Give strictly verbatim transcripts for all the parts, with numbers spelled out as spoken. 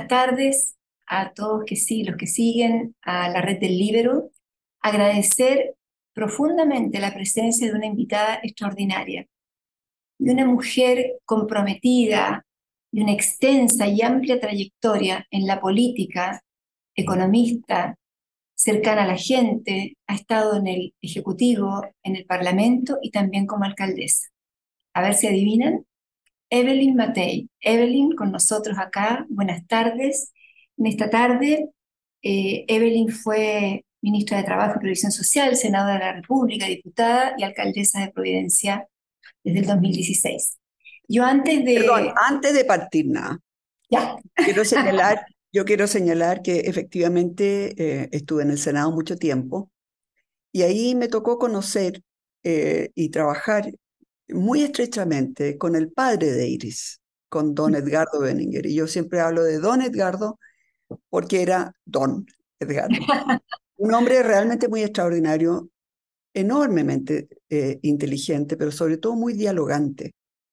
Buenas tardes a todos que sí, los que siguen a la red del Líbero. Agradecer profundamente la presencia de una invitada extraordinaria, de una mujer comprometida, de una extensa y amplia trayectoria en la política, economista, cercana a la gente, ha estado en el Ejecutivo, en el Parlamento y también como alcaldesa. A ver si adivinan. Evelyn Matei. Evelyn con nosotros acá. Buenas tardes. En esta tarde, eh, Evelyn fue ministra de Trabajo y Previsión Social, senadora de la República, diputada y alcaldesa de Providencia desde el dos mil dieciséis. Yo antes Perdón, de... antes de partir nada, Ya. quiero señalar, yo quiero señalar que efectivamente eh, estuve en el Senado mucho tiempo y ahí me tocó conocer eh, y trabajar muy estrechamente con el padre de Iris, con don Edgardo Benninger. Y yo siempre hablo de don Edgardo porque era don Edgardo. Un hombre realmente muy extraordinario, enormemente eh, inteligente, pero sobre todo muy dialogante.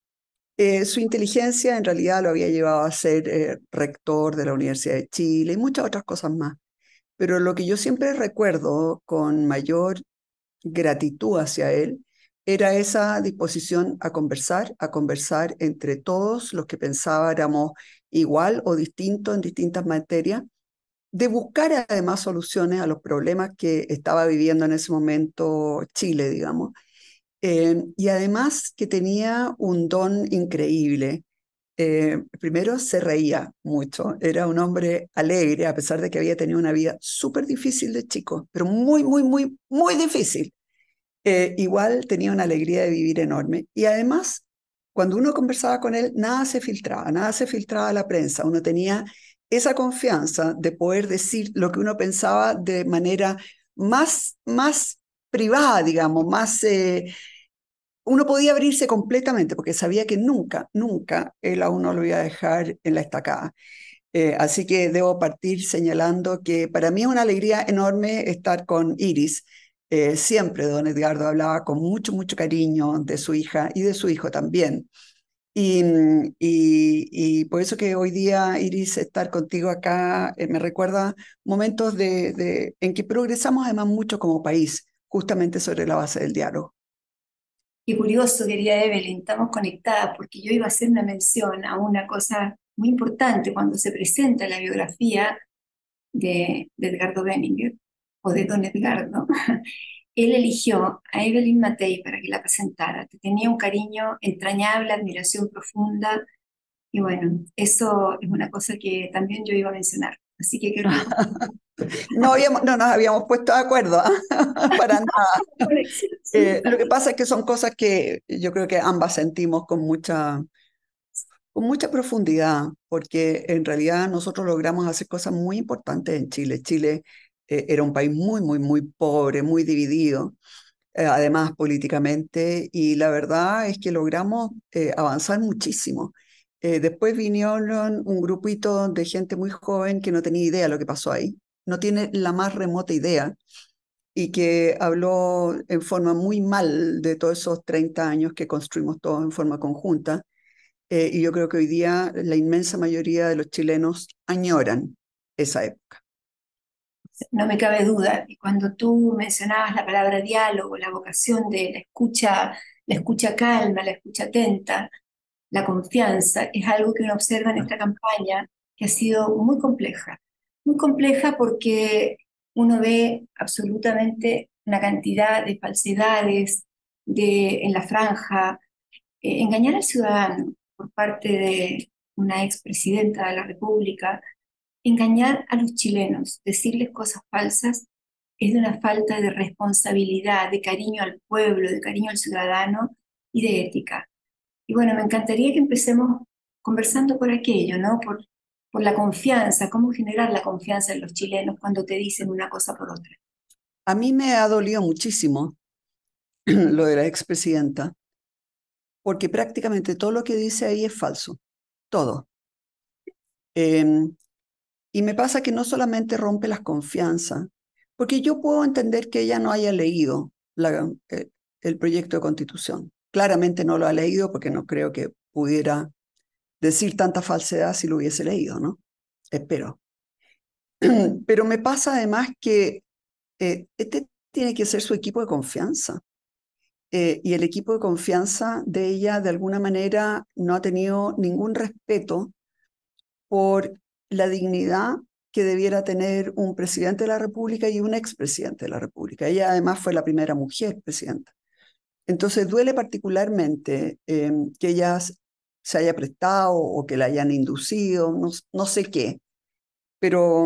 Eh, su inteligencia en realidad lo había llevado a ser eh, rector de la Universidad de Chile y muchas otras cosas más. Pero lo que yo siempre recuerdo con mayor gratitud hacia él era esa disposición a conversar, a conversar entre todos los que pensábamos igual o distinto en distintas materias, de buscar además soluciones a los problemas que estaba viviendo en ese momento Chile, digamos. Eh, y además que tenía un don increíble. Eh, primero se reía mucho, era un hombre alegre, a pesar de que había tenido una vida súper difícil de chico, pero muy, muy, muy, muy difícil. Eh, igual tenía una alegría de vivir enorme. Y además, cuando uno conversaba con él, nada se filtraba, nada se filtraba a la prensa. Uno tenía esa confianza de poder decir lo que uno pensaba de manera más, más privada, digamos, más... Eh, uno podía abrirse completamente porque sabía que nunca, nunca él a uno lo iba a dejar en la estacada. Eh, así que debo partir señalando que para mí es una alegría enorme estar con Iris. Eh, siempre don Edgardo hablaba con mucho, mucho cariño de su hija y de su hijo también. Y, mm, y, y por eso que hoy día, Iris, estar contigo acá eh, me recuerda momentos de, de, en que progresamos además mucho como país, justamente sobre la base del diálogo. Qué curioso, querida Evelyn, estamos conectadas porque yo iba a hacer una mención a una cosa muy importante cuando se presenta la biografía de, de Edgardo Benninger o de Don Edgardo. Él eligió a Evelyn Matei para que la presentara. Te tenía un cariño entrañable, admiración profunda, y bueno, eso es una cosa que también yo iba a mencionar. Así que qué rico. No, habíamos, no nos habíamos puesto de acuerdo, ¿ah? Para nada. Conexión, sí, Eh, lo que pasa es que son cosas que yo creo que ambas sentimos con mucha, con mucha profundidad, porque en realidad nosotros logramos hacer cosas muy importantes en Chile. Chile eh, era un país muy, muy, muy pobre, muy dividido, eh, además políticamente, y la verdad es que logramos eh, avanzar muchísimo. Eh, después vinieron un grupito de gente muy joven que no tenía idea de lo que pasó ahí, no tiene la más remota idea y que habló en forma muy mal de todos esos treinta años que construimos todos en forma conjunta. Eh, y yo creo que hoy día la inmensa mayoría de los chilenos añoran esa época. no me cabe duda. Y cuando tú mencionabas la palabra diálogo, la vocación de la escucha, la escucha calma, la escucha atenta, la confianza, es algo que uno observa en esta campaña que ha sido muy compleja. Muy compleja porque uno ve absolutamente una cantidad de falsedades de, en la franja, eh, engañar al ciudadano por parte de una expresidenta de la República, engañar a los chilenos, decirles cosas falsas, es de una falta de responsabilidad, de cariño al pueblo, de cariño al ciudadano y de ética. Y bueno, me encantaría que empecemos conversando por aquello, ¿no? Por, por la confianza, cómo generar la confianza en los chilenos cuando te dicen una cosa por otra. A mí me ha dolido muchísimo lo de la expresidenta, porque prácticamente todo lo que dice ahí es falso, todo. Eh, y me pasa que no solamente rompe las confianzas, porque yo puedo entender que ella no haya leído la, eh, el proyecto de constitución. Claramente no lo ha leído porque no creo que pudiera decir tanta falsedad si lo hubiese leído, ¿no? espero. Pero me pasa además que eh, este tiene que ser su equipo de confianza. Eh, y el equipo de confianza de ella, de alguna manera, no ha tenido ningún respeto por la dignidad que debiera tener un presidente de la República y un expresidente de la República. Ella además fue la primera mujer presidenta. Entonces duele particularmente eh, que ella se haya prestado o que la hayan inducido, no, no sé qué, pero,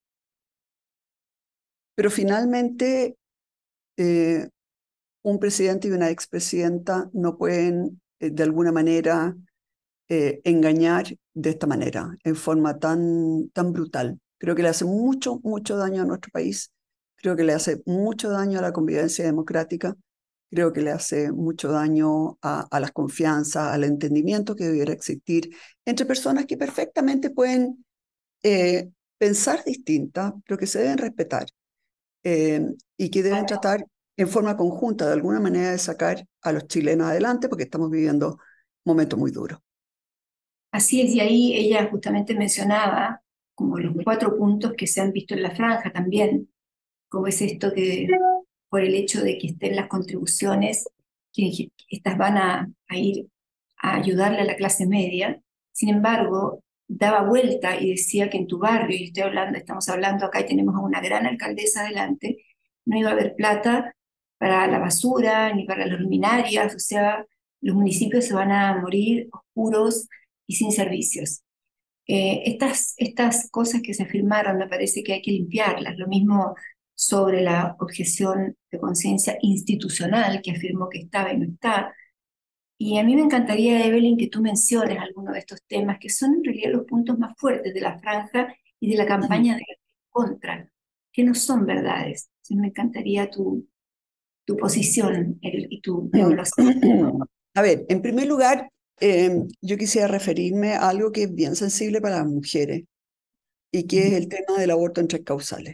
pero finalmente eh, un presidente y una expresidenta no pueden eh, de alguna manera eh, engañar de esta manera, en forma tan, tan brutal. Creo que le hace mucho, mucho daño a nuestro país, creo que le hace mucho daño a la convivencia democrática, creo que le hace mucho daño a, a las confianzas, al entendimiento que debiera existir entre personas que perfectamente pueden eh, pensar distintas, pero que se deben respetar eh, y que deben tratar en forma conjunta, de alguna manera, de sacar a los chilenos adelante, porque estamos viviendo momentos muy duros. Así es, y ahí ella justamente mencionaba como los cuatro puntos que se han visto en la franja también, como es esto que por el hecho de que estén las contribuciones, que estas van a, a ir a ayudarle a la clase media. Sin embargo, daba vuelta y decía que en tu barrio, y estoy hablando, estamos hablando acá y tenemos a una gran alcaldesa adelante, no iba a haber plata para la basura ni para las luminarias, o sea, los municipios se van a morir oscuros y sin servicios. Eh, estas, estas cosas que se afirmaron me parece que hay que limpiarlas. Lo mismo sobre la objeción de conciencia institucional que afirmó que estaba y no está. Y a mí me encantaría, Evelyn, que tú menciones algunos de estos temas que son en realidad los puntos más fuertes de la franja y de la campaña de contra, que no son verdades. Entonces me encantaría tu, tu posición el- y tu evaluación. A ver, en primer lugar, eh, yo quisiera referirme a algo que es bien sensible para las mujeres y que es el tema del aborto en tres causales.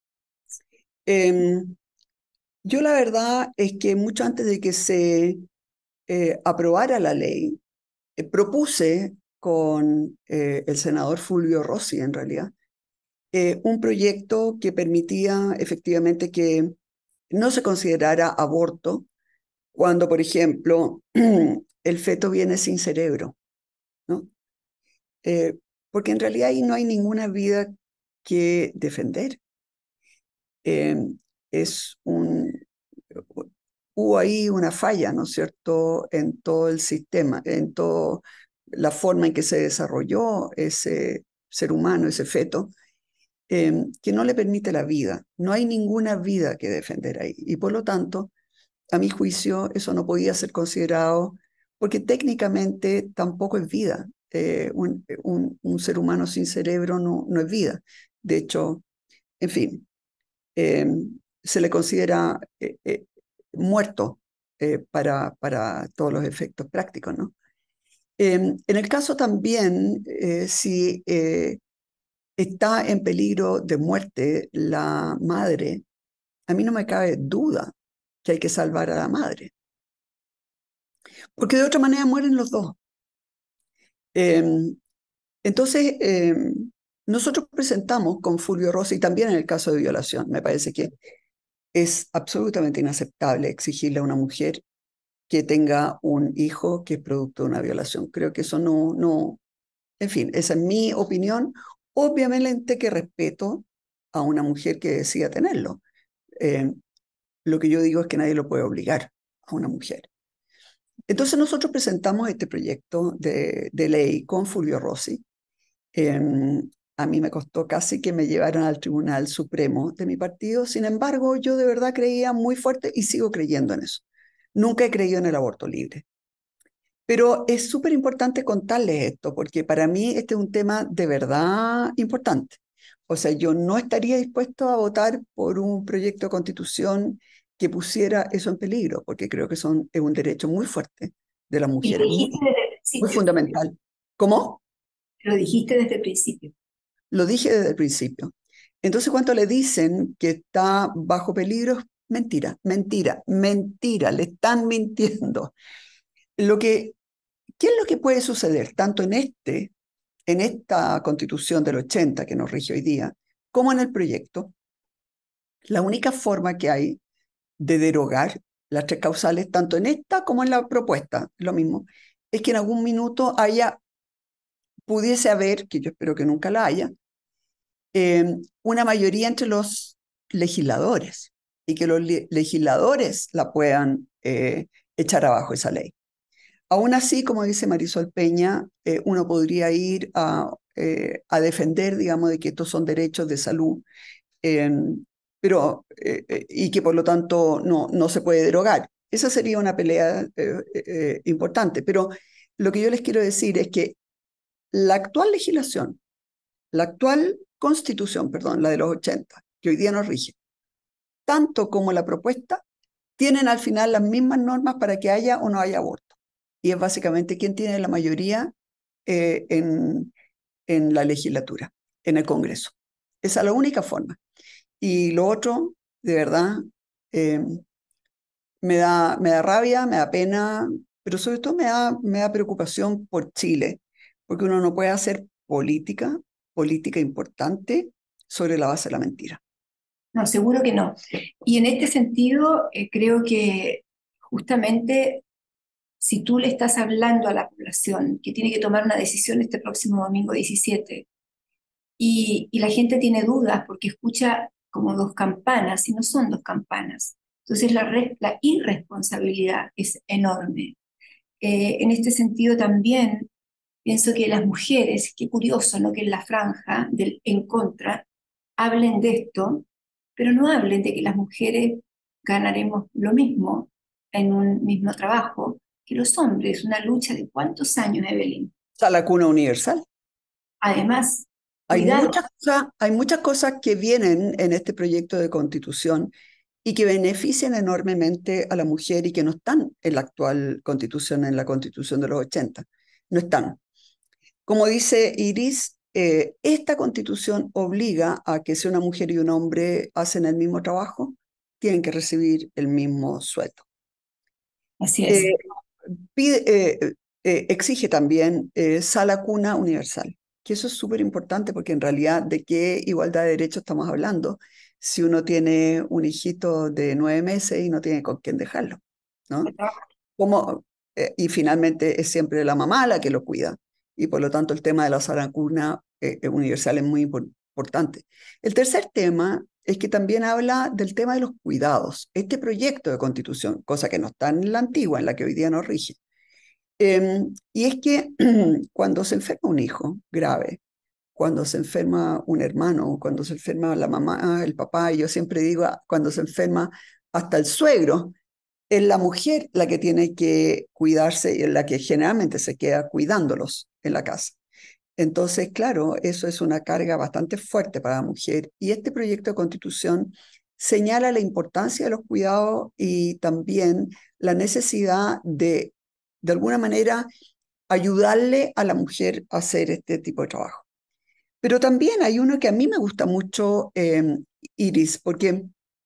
Eh, yo la verdad es que mucho antes de que se eh, aprobara la ley, eh, propuse con eh, el senador Fulvio Rossi, en realidad, eh, un proyecto que permitía efectivamente que no se considerara aborto cuando, por ejemplo, el feto viene sin cerebro, ¿no? Eh, porque en realidad ahí no hay ninguna vida que defender. Eh, es un, hubo ahí una falla, ¿no es cierto?, en todo el sistema, en toda la forma en que se desarrolló ese ser humano, ese feto, eh, que no le permite la vida. No hay ninguna vida que defender ahí. Y por lo tanto, a mi juicio, eso no podía ser considerado, porque técnicamente tampoco es vida. Eh, un, un, un, ser humano sin cerebro no, no es vida. De hecho, en fin, eh, se le considera eh, eh, muerto eh, para, para todos los efectos prácticos, ¿no? Eh, en el caso también, eh, si eh, está en peligro de muerte la madre, a mí no me cabe duda que hay que salvar a la madre, porque de otra manera mueren los dos. Eh, entonces, eh, nosotros presentamos con Fulvio Rossi, también en el caso de violación, me parece que es absolutamente inaceptable exigirle a una mujer que tenga un hijo que es producto de una violación. Creo que eso no, no, en fin, esa es mi opinión. Obviamente que respeto a una mujer que decida tenerlo. Eh, lo que yo digo es que nadie lo puede obligar a una mujer. Entonces nosotros presentamos este proyecto de, de ley con Fulvio Rossi. Eh, a mí me costó casi que me llevaran al Tribunal Supremo de mi partido. Sin embargo, yo de verdad creía muy fuerte y sigo creyendo en eso. Nunca he creído en el aborto libre. Pero es súper importante contarles esto, porque para mí este es un tema de verdad importante. O sea, yo no estaría dispuesto a votar por un proyecto de constitución que pusiera eso en peligro, porque creo que son, es un derecho muy fuerte de las Y lo mujeres, dijiste muy, desde el muy principio, fundamental. ¿Cómo? lo dijiste desde el principio. Lo dije desde el principio. Entonces, cuando le dicen que está bajo peligro, mentira, mentira, mentira, le están mintiendo. Lo que, ¿qué es lo que puede suceder tanto en este en esta constitución del ochenta que nos rige hoy día, como en el proyecto, la única forma que hay de derogar las tres causales, tanto en esta como en la propuesta, lo mismo, es que en algún minuto haya, pudiese haber, que yo espero que nunca la haya, eh, una mayoría entre los legisladores y que los le legisladores la puedan eh, echar abajo esa ley. Aún así, como dice Marisol Peña, eh, uno podría ir a, eh, a defender, digamos, de que estos son derechos de salud, eh, pero, eh, eh, y que por lo tanto no, no se puede derogar. Esa sería una pelea eh, eh, importante, pero lo que yo les quiero decir es que la actual legislación, la actual constitución, perdón, la de los ochenta, que hoy día nos rige, tanto como la propuesta, tienen al final las mismas normas para que haya o no haya aborto. Y es básicamente quién tiene la mayoría eh, en, en la legislatura, en el Congreso. Esa es la única forma. Y lo otro, de verdad, eh, me da, me da rabia, me da pena, pero sobre todo me da, me da preocupación por Chile, porque uno no puede hacer política, política importante, sobre la base de la mentira. No, seguro que no. Y en este sentido, eh, creo que justamente si tú le estás hablando a la población que tiene que tomar una decisión este próximo domingo diecisiete y, y la gente tiene dudas porque escucha como dos campanas y no son dos campanas, entonces la, re- la irresponsabilidad es enorme. Eh, en este sentido también pienso que las mujeres, qué curioso, ¿no? Que en la franja del en contra hablen de esto, pero no hablen de que las mujeres ganaremos lo mismo en un mismo trabajo que los hombres. Una lucha de cuántos años, Evelyn. O sea, la cuna universal. Además, Hay cuidado, muchas cosas, hay muchas cosas que vienen en este proyecto de constitución y que benefician enormemente a la mujer y que no están en la actual constitución, en la constitución de los ochenta. No están. Como dice Iris, eh, esta constitución obliga a que si una mujer y un hombre hacen el mismo trabajo, tienen que recibir el mismo sueldo. así es. Eh, pide, eh, eh, exige también eh, sala cuna universal, que eso es súper importante porque en realidad de qué igualdad de derechos estamos hablando si uno tiene un hijito de nueve meses y no tiene con quién dejarlo, ¿no? Como, eh, y finalmente es siempre la mamá la que lo cuida y por lo tanto el tema de la sala cuna eh, eh, universal es muy impor- importante. El tercer tema es que también habla del tema de los cuidados. Este proyecto de constitución, cosa que no está en la antigua, en la que hoy día nos rige, eh, y es que cuando se enferma un hijo grave, cuando se enferma un hermano, cuando se enferma la mamá, el papá, y yo siempre digo, ah, cuando se enferma hasta el suegro, es la mujer la que tiene que cuidarse y es la que generalmente se queda cuidándolos en la casa. Entonces, claro, eso es una carga bastante fuerte para la mujer y este proyecto de constitución señala la importancia de los cuidados y también la necesidad de, de alguna manera, ayudarle a la mujer a hacer este tipo de trabajo. Pero también hay uno que a mí me gusta mucho, eh, Iris, porque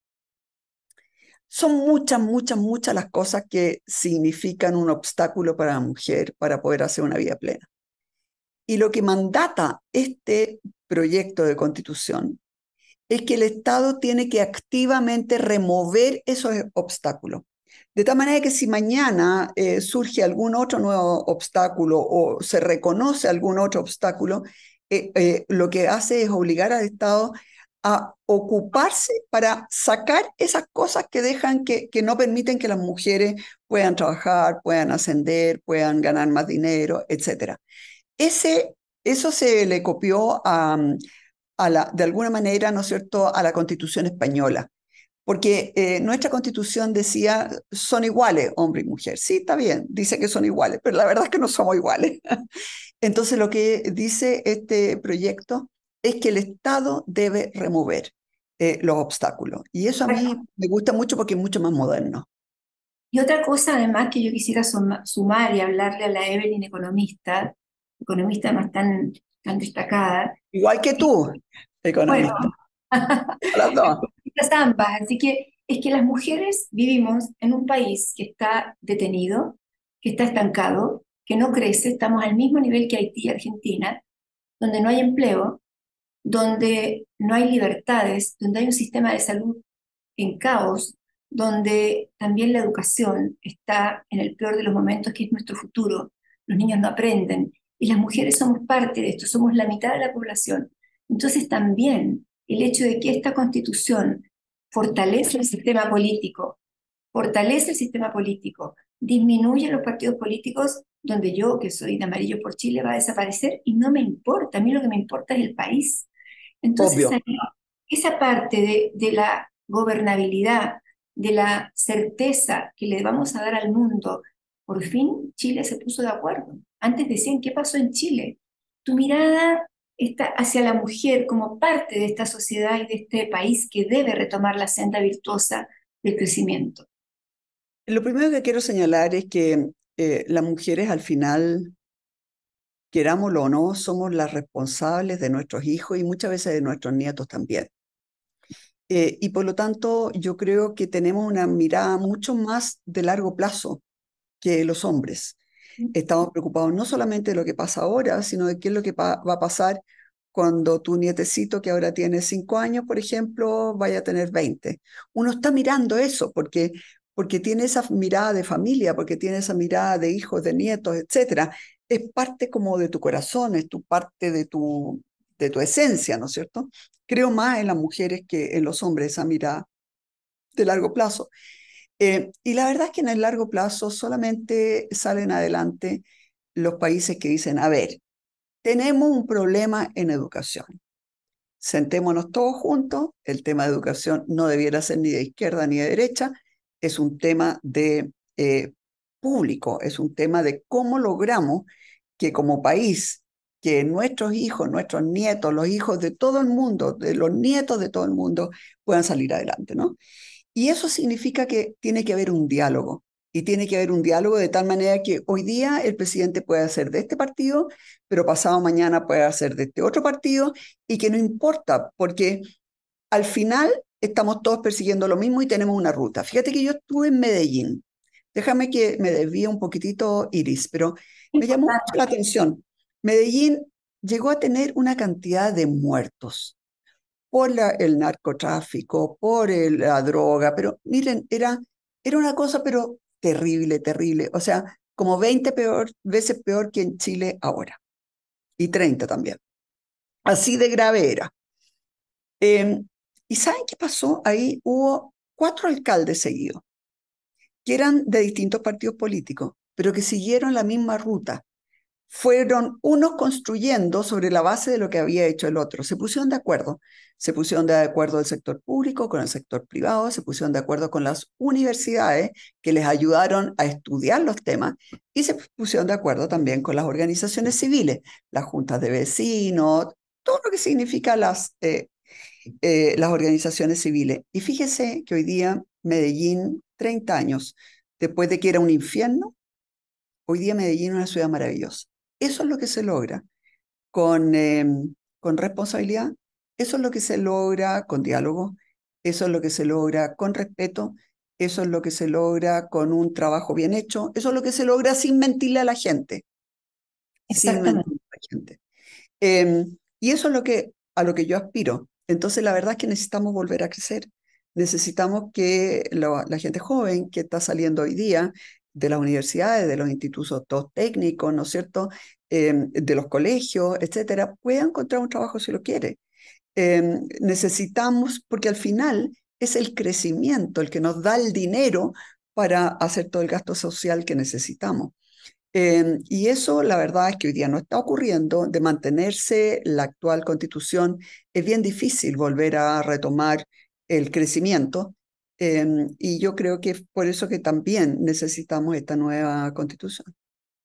son muchas, muchas, muchas las cosas que significan un obstáculo para la mujer para poder hacer una vida plena. Y lo que mandata este proyecto de constitución es que el Estado tiene que activamente remover esos obstáculos. De tal manera que si mañana eh, surge algún otro nuevo obstáculo o se reconoce algún otro obstáculo, eh, eh, lo que hace es obligar al Estado a ocuparse para sacar esas cosas que dejan que, que no permiten que las mujeres puedan trabajar, puedan ascender, puedan ganar más dinero, etcétera. Ese, eso se le copió a, a la, de alguna manera, ¿no es cierto?, a la Constitución española, porque eh, nuestra Constitución decía son iguales hombre y mujer. Sí, está bien, dice que son iguales, pero la verdad es que no somos iguales. Entonces, lo que dice este proyecto es que el Estado debe remover eh, los obstáculos. Y eso a mí me gusta mucho porque es mucho más moderno. Y otra cosa además que yo quisiera suma- sumar y hablarle a la Evelyn economista, economista más tan, tan destacada, Igual que tú, bueno, economista. A las dos. economistas ambas, así que es que las mujeres vivimos en un país que está detenido, que está estancado, que no crece, estamos al mismo nivel que Haití y Argentina, donde no hay empleo, donde no hay libertades, donde hay un sistema de salud en caos, donde también la educación está en el peor de los momentos, que es nuestro futuro. Los niños no aprenden y las mujeres somos parte de esto, somos la mitad de la población. Entonces también el hecho de que esta constitución fortalece el sistema político, fortalece el sistema político, disminuye los partidos políticos, donde yo, que soy de Amarillo por Chile, va a desaparecer y no me importa, a mí lo que me importa es el país. Entonces, Obvio. ahí, esa parte de, de la gobernabilidad, de la certeza que le vamos a dar al mundo, por fin Chile se puso de acuerdo. Antes decían, ¿qué pasó en Chile? Tu mirada está hacia la mujer como parte de esta sociedad y de este país que debe retomar la senda virtuosa del crecimiento. Lo primero que quiero señalar es que eh, las mujeres al final, querámoslo o no, somos las responsables de nuestros hijos y muchas veces de nuestros nietos también. Eh, y por lo tanto, yo creo que tenemos una mirada mucho más de largo plazo que los hombres. Estamos preocupados no solamente de lo que pasa ahora, sino de qué es lo que pa- va a pasar cuando tu nietecito, que ahora tiene cinco años, por ejemplo, vaya a tener veinte. Uno está mirando eso porque, porque tiene esa mirada de familia, porque tiene esa mirada de hijos, de nietos, etcétera. Es parte como de tu corazón, es tu parte de tu, de tu esencia, ¿no es cierto? Creo más en las mujeres que en los hombres esa mirada de largo plazo. Eh, y la verdad es que en el largo plazo solamente salen adelante los países que dicen, a ver, tenemos un problema en educación. Sentémonos todos juntos. El tema de educación no debiera ser ni de izquierda ni de derecha. Es un tema de eh, público, es un tema de cómo logramos que como país, que nuestros hijos, nuestros nietos, los hijos de todo el mundo, de los nietos de todo el mundo, puedan salir adelante, ¿no? Y eso significa que tiene que haber un diálogo. Y tiene que haber un diálogo de tal manera que hoy día el presidente puede ser de este partido, pero pasado mañana puede ser de este otro partido, y que no importa, porque al final estamos todos persiguiendo lo mismo y tenemos una ruta. Fíjate que yo estuve en Medellín. Déjame que me desvíe un poquitito, Iris, pero me llamó mucho Importante. la atención. Medellín llegó a tener una cantidad de muertos por la- el narcotráfico, por el- la droga, pero miren, era, era una cosa, pero terrible, terrible. O sea, como veinte peor, veces peor que en Chile ahora, y treinta también. Así de grave era. Eh, ¿Y saben qué pasó? Ahí hubo cuatro alcaldes seguidos, que eran de distintos partidos políticos, pero que siguieron la misma ruta. Fueron unos construyendo sobre la base de lo que había hecho el otro. Se pusieron de acuerdo. Se pusieron de acuerdo el sector público con el sector privado, se pusieron de acuerdo con las universidades que les ayudaron a estudiar los temas y se pusieron de acuerdo también con las organizaciones civiles, las juntas de vecinos, todo lo que significa las, eh, eh, las organizaciones civiles. Y fíjese que hoy día Medellín, treinta años después de que era un infierno, hoy día Medellín es una ciudad maravillosa. Eso es lo que se logra con, eh, con responsabilidad, eso es lo que se logra con diálogo, eso es lo que se logra con respeto, eso es lo que se logra con un trabajo bien hecho, eso es lo que se logra sin mentirle a la gente, sin Exactamente. mentirle a la gente. Eh, y eso es lo que, a lo que yo aspiro. Entonces, la verdad es que necesitamos volver a crecer. Necesitamos que la, la gente joven que está saliendo hoy día de las universidades, de los institutos técnicos, ¿no es cierto? Eh, de los colegios, etcétera, pueda encontrar un trabajo si lo quiere. Eh, necesitamos, porque al final es el crecimiento el que nos da el dinero para hacer todo el gasto social que necesitamos. Eh, y eso, la verdad es que hoy día no está ocurriendo. De mantenerse la actual constitución, es bien difícil volver a retomar el crecimiento. Eh, y yo creo que es por eso que también necesitamos esta nueva constitución.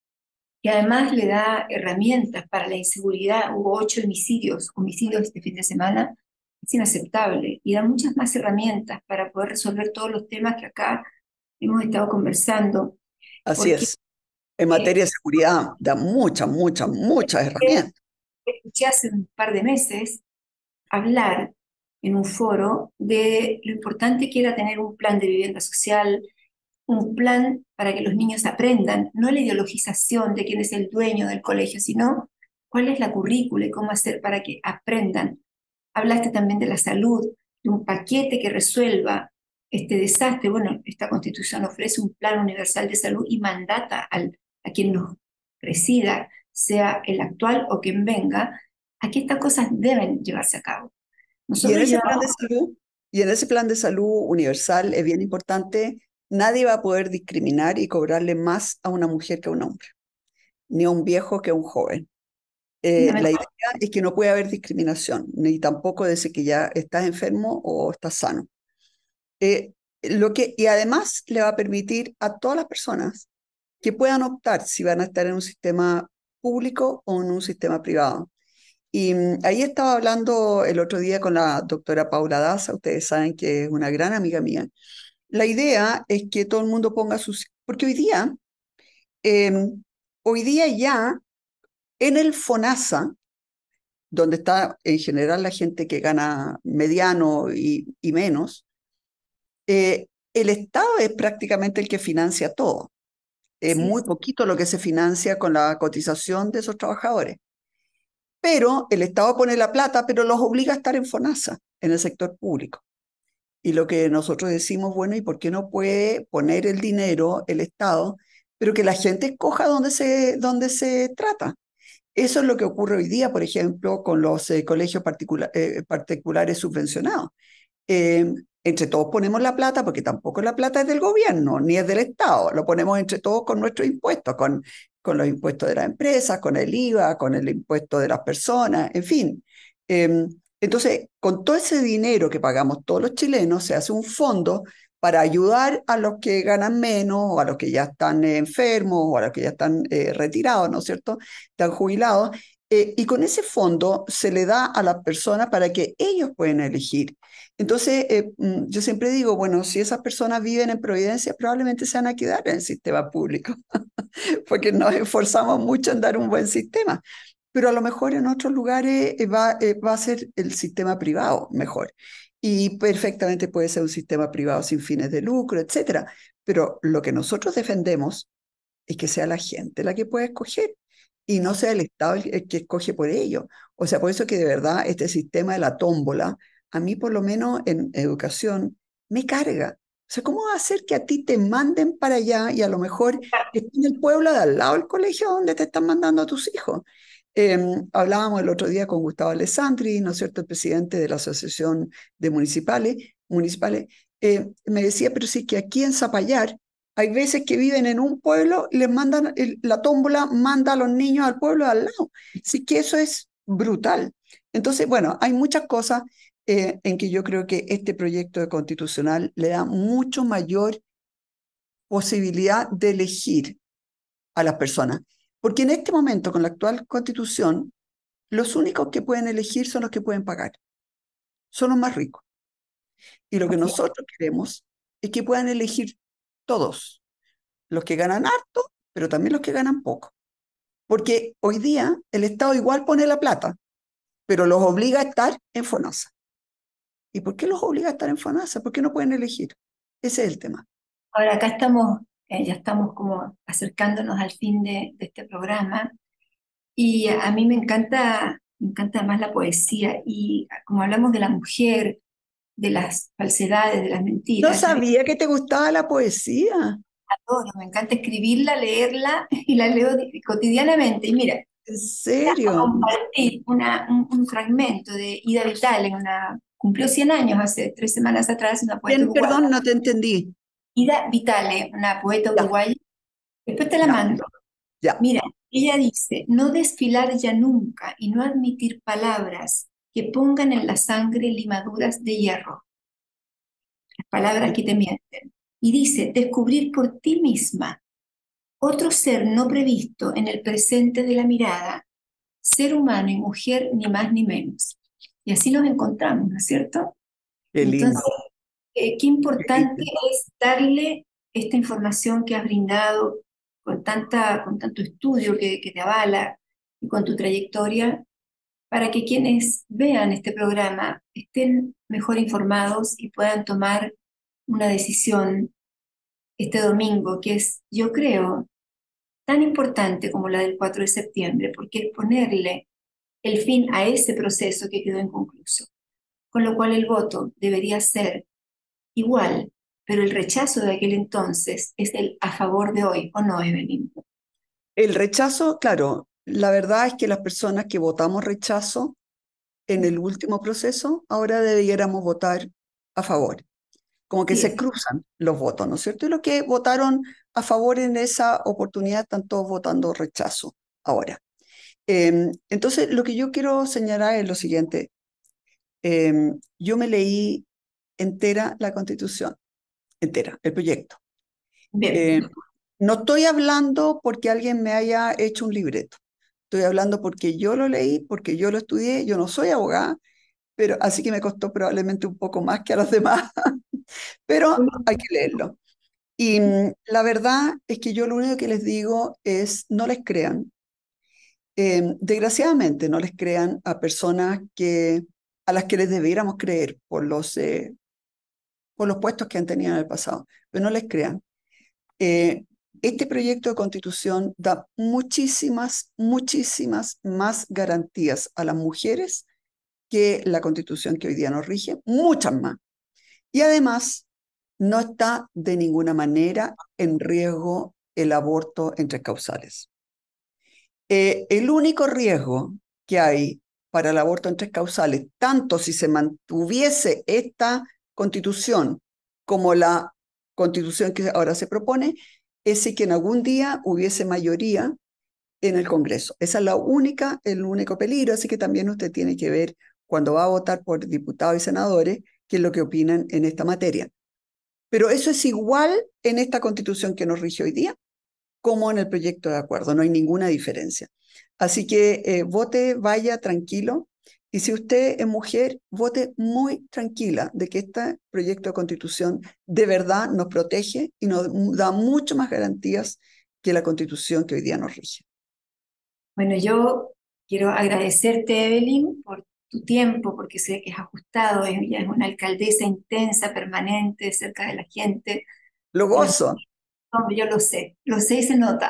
Y además le da herramientas para la inseguridad. Hubo ocho homicidios, homicidios este fin de semana. Es inaceptable. Y da muchas más herramientas para poder resolver todos los temas que acá hemos estado conversando. Así Porque es. En eh, materia de seguridad, da muchas, muchas, muchas herramientas. escuché hace un par de meses hablar en un foro de lo importante que era tener un plan de vivienda social, un plan para que los niños aprendan, no la ideologización de quién es el dueño del colegio, sino cuál es la currícula y cómo hacer para que aprendan. Hablaste también de la salud, de un paquete que resuelva este desastre. Bueno, esta Constitución ofrece un plan universal de salud y mandata al, a quien nos presida, sea el actual o quien venga, a que estas cosas deben llevarse a cabo. Y en Nosotros ese plan llevamos, de salud, y en ese plan de salud universal es bien importante, nadie va a poder discriminar y cobrarle más a una mujer que a un hombre, ni a un viejo que a un joven. Eh, la idea es que no puede haber discriminación, ni tampoco decir que ya estás enfermo o estás sano. Eh, lo que, y además le va a permitir a todas las personas que puedan optar si van a estar en un sistema público o en un sistema privado. Y mm, ahí estaba hablando el otro día con la doctora Paula Daza, ustedes saben que es una gran amiga mía. La idea es que todo el mundo ponga sus... Porque hoy día, eh, hoy día ya en el FONASA, donde está en general la gente que gana mediano y, y menos, eh, el Estado es prácticamente el que financia todo. Es así muy es, poquito lo que se financia con la cotización de esos trabajadores. Pero el Estado pone la plata, pero los obliga a estar en FONASA, en el sector público. Y lo que nosotros decimos, bueno, ¿y por qué no puede poner el dinero el Estado, pero que la gente escoja dónde se, dónde se trata? Eso es lo que ocurre hoy día, por ejemplo, con los eh, colegios particula- eh, particulares subvencionados. Eh, entre todos ponemos la plata, porque tampoco la plata es del gobierno, ni es del Estado, lo ponemos entre todos con nuestros impuestos, con, con los impuestos de las empresas, con el I V A, con el impuesto de las personas, en fin. Eh, entonces, con todo ese dinero que pagamos todos los chilenos, se hace un fondo para ayudar a los que ganan menos, o a los que ya están eh, enfermos, o a los que ya están eh, retirados, ¿no es cierto? Están jubilados. Eh, y con ese fondo se le da a las personas para que ellos puedan elegir. Entonces, eh, mm, yo siempre digo, bueno, si esas personas viven en Providencia, probablemente se van a quedar en el sistema público, porque nos esforzamos mucho en dar un buen sistema. Pero a lo mejor en otros lugares eh, va, eh, va a ser el sistema privado mejor. Y perfectamente puede ser un sistema privado sin fines de lucro, etcétera. Pero lo que nosotros defendemos es que sea la gente la que pueda escoger y no sea el Estado el, el que escoge por ello. O sea, por eso que de verdad este sistema de la tómbola, a mí por lo menos en educación, me carga. O sea, ¿cómo va a hacer que a ti te manden para allá y a lo mejor está en el pueblo de al lado del colegio donde te están mandando a tus hijos? Eh, hablábamos el otro día con Gustavo Alessandri, ¿no es cierto?, el presidente de la Asociación de Municipales, municipales eh, me decía, pero sí que aquí en Zapallar hay veces que viven en un pueblo y les mandan, el- la tómbola manda a los niños al pueblo de al lado. Así que eso es brutal. Entonces, bueno, hay muchas cosas eh, en que yo creo que este proyecto de constitucional le da mucho mayor posibilidad de elegir a las personas. Porque en este momento, con la actual constitución, los únicos que pueden elegir son los que pueden pagar, son los más ricos. Y lo que así es. nosotros queremos es que puedan elegir todos, los que ganan harto, pero también los que ganan poco. Porque hoy día el Estado igual pone la plata, pero los obliga a estar en FONASA. ¿Y por qué los obliga a estar en FONASA? ¿Por qué no pueden elegir? Ese es el tema. Ahora acá estamos, eh, ya estamos como acercándonos al fin de, de este programa y a mí me encanta, me encanta además la poesía y como hablamos de la mujer, de las falsedades, de las No mentiras, yo sabía que te gustaba la poesía. adoro, me encanta escribirla, leerla y la leo di- cotidianamente. Y mira, ¿En a serio? compartir una, un, un fragmento de Ida Vitale, una, cumplió cien años hace tres semanas atrás, una poeta Bien, uruguaya. perdón, no te entendí. Ida Vitale, una poeta Ya, uruguaya, después te la ya, mando. ya. Mira, ella dice, no desfilar ya nunca y no admitir palabras que pongan en la sangre limaduras de hierro, las palabras que te mienten. Y dice, descubrir por ti misma otro ser no previsto en el presente de la mirada, ser humano y mujer ni más ni menos. Y así nos encontramos, ¿no es cierto? Qué Entonces, lindo. eh, qué Qué importante lindo. es darle esta información que has brindado con, tanta, con tanto estudio que, que te avala y con tu trayectoria, para que quienes vean este programa estén mejor informados y puedan tomar una decisión este domingo, que es, yo creo, tan importante como la del cuatro de septiembre, porque es ponerle el fin a ese proceso que quedó inconcluso. Con lo cual el voto debería ser igual, pero el rechazo de aquel entonces es el a favor de hoy, ¿o no, Evelyn? El rechazo, claro, la verdad es que las personas que votamos rechazo en el último proceso, ahora debiéramos votar a favor. Como que Sí, se cruzan los votos, ¿no es cierto? Y los que votaron a favor en esa oportunidad están todos votando rechazo ahora. Eh, entonces, lo que yo quiero señalar es lo siguiente. Eh, yo me leí entera la Constitución, entera, el proyecto. bien. Eh, no estoy hablando porque alguien me haya hecho un libreto. Estoy hablando porque yo lo leí, porque yo lo estudié. Yo no soy abogada, pero así que me costó probablemente un poco más que a los demás, pero hay que leerlo. Y mm, la verdad es que yo lo único que les digo es no les crean. Eh, desgraciadamente no les crean a personas que, a las que les debiéramos creer por los, eh, por los puestos que han tenido en el pasado, pero no les crean. Eh, este proyecto de constitución da muchísimas, muchísimas más garantías a las mujeres que la constitución que hoy día nos rige, muchas más. Y además, no está de ninguna manera en riesgo el aborto en tres causales. Eh, el único riesgo que hay para el aborto en tres causales, tanto si se mantuviese esta constitución como la constitución que ahora se propone, es si que en algún día hubiese mayoría en el Congreso. Esa es la única, el único peligro, así que también usted tiene que ver cuando va a votar por diputados y senadores qué es lo que opinan en esta materia. Pero eso es igual en esta constitución que nos rige hoy día como en el proyecto de acuerdo, no hay ninguna diferencia. Así que eh, vote, vaya tranquilo, y si usted es mujer, vote muy tranquila de que este proyecto de constitución de verdad nos protege y nos da mucho más garantías que la constitución que hoy día nos rige. Bueno, yo quiero agradecerte, Evelyn, por tu tiempo, porque sé que es ajustado, ella es una alcaldesa intensa, permanente, cerca de la gente. Lo Los, gozo. hombre, yo lo sé, lo sé y se nota.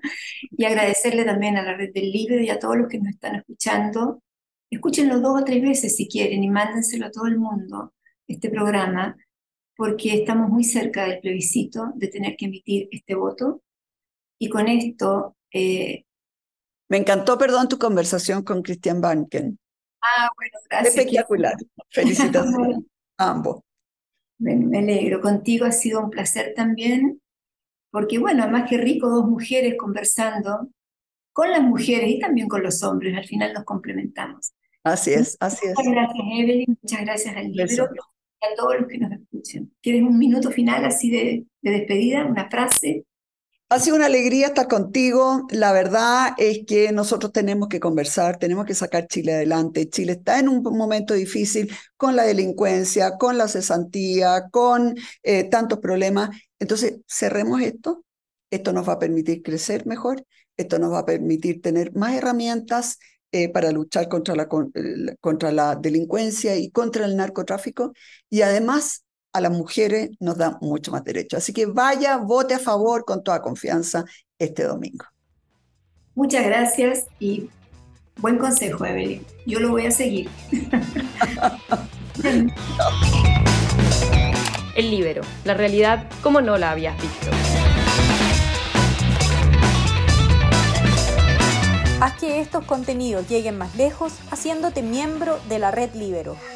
Y agradecerle también a la Red del Libro y a todos los que nos están escuchando. Escúchenlo dos o tres veces si quieren y mándenselo a todo el mundo, este programa, porque estamos muy cerca del plebiscito de tener que emitir este voto. Y con esto, eh, Me encantó, perdón, tu conversación con Christian Banken. ah, bueno, gracias, que Espectacular. Felicitaciones a ambos. me, me alegro. Contigo ha sido un placer también, porque bueno, más que rico, dos mujeres conversando con las mujeres y también con los hombres, al final nos complementamos. Así es, así Muchas es. gracias, Evelyn, muchas gracias al Un libro beso. y a todos los que nos escuchen. ¿Quieres un minuto final así de, de despedida, una frase? Ha sido una alegría estar contigo. La verdad es que nosotros tenemos que conversar, tenemos que sacar Chile adelante. Chile está en un momento difícil con la delincuencia, con la cesantía, con eh, tantos problemas. Entonces, cerremos esto. Esto nos va a permitir crecer mejor. Esto nos va a permitir tener más herramientas eh, para luchar contra la, con, eh, contra la delincuencia y contra el narcotráfico. Y además a las mujeres nos da mucho más derecho. Así que vaya, vote a favor con toda confianza este domingo. Muchas gracias y buen consejo, Evelyn. Yo lo voy a seguir. El Líbero, la realidad como no la habías visto. Haz que estos contenidos lleguen más lejos haciéndote miembro de la Red Líbero.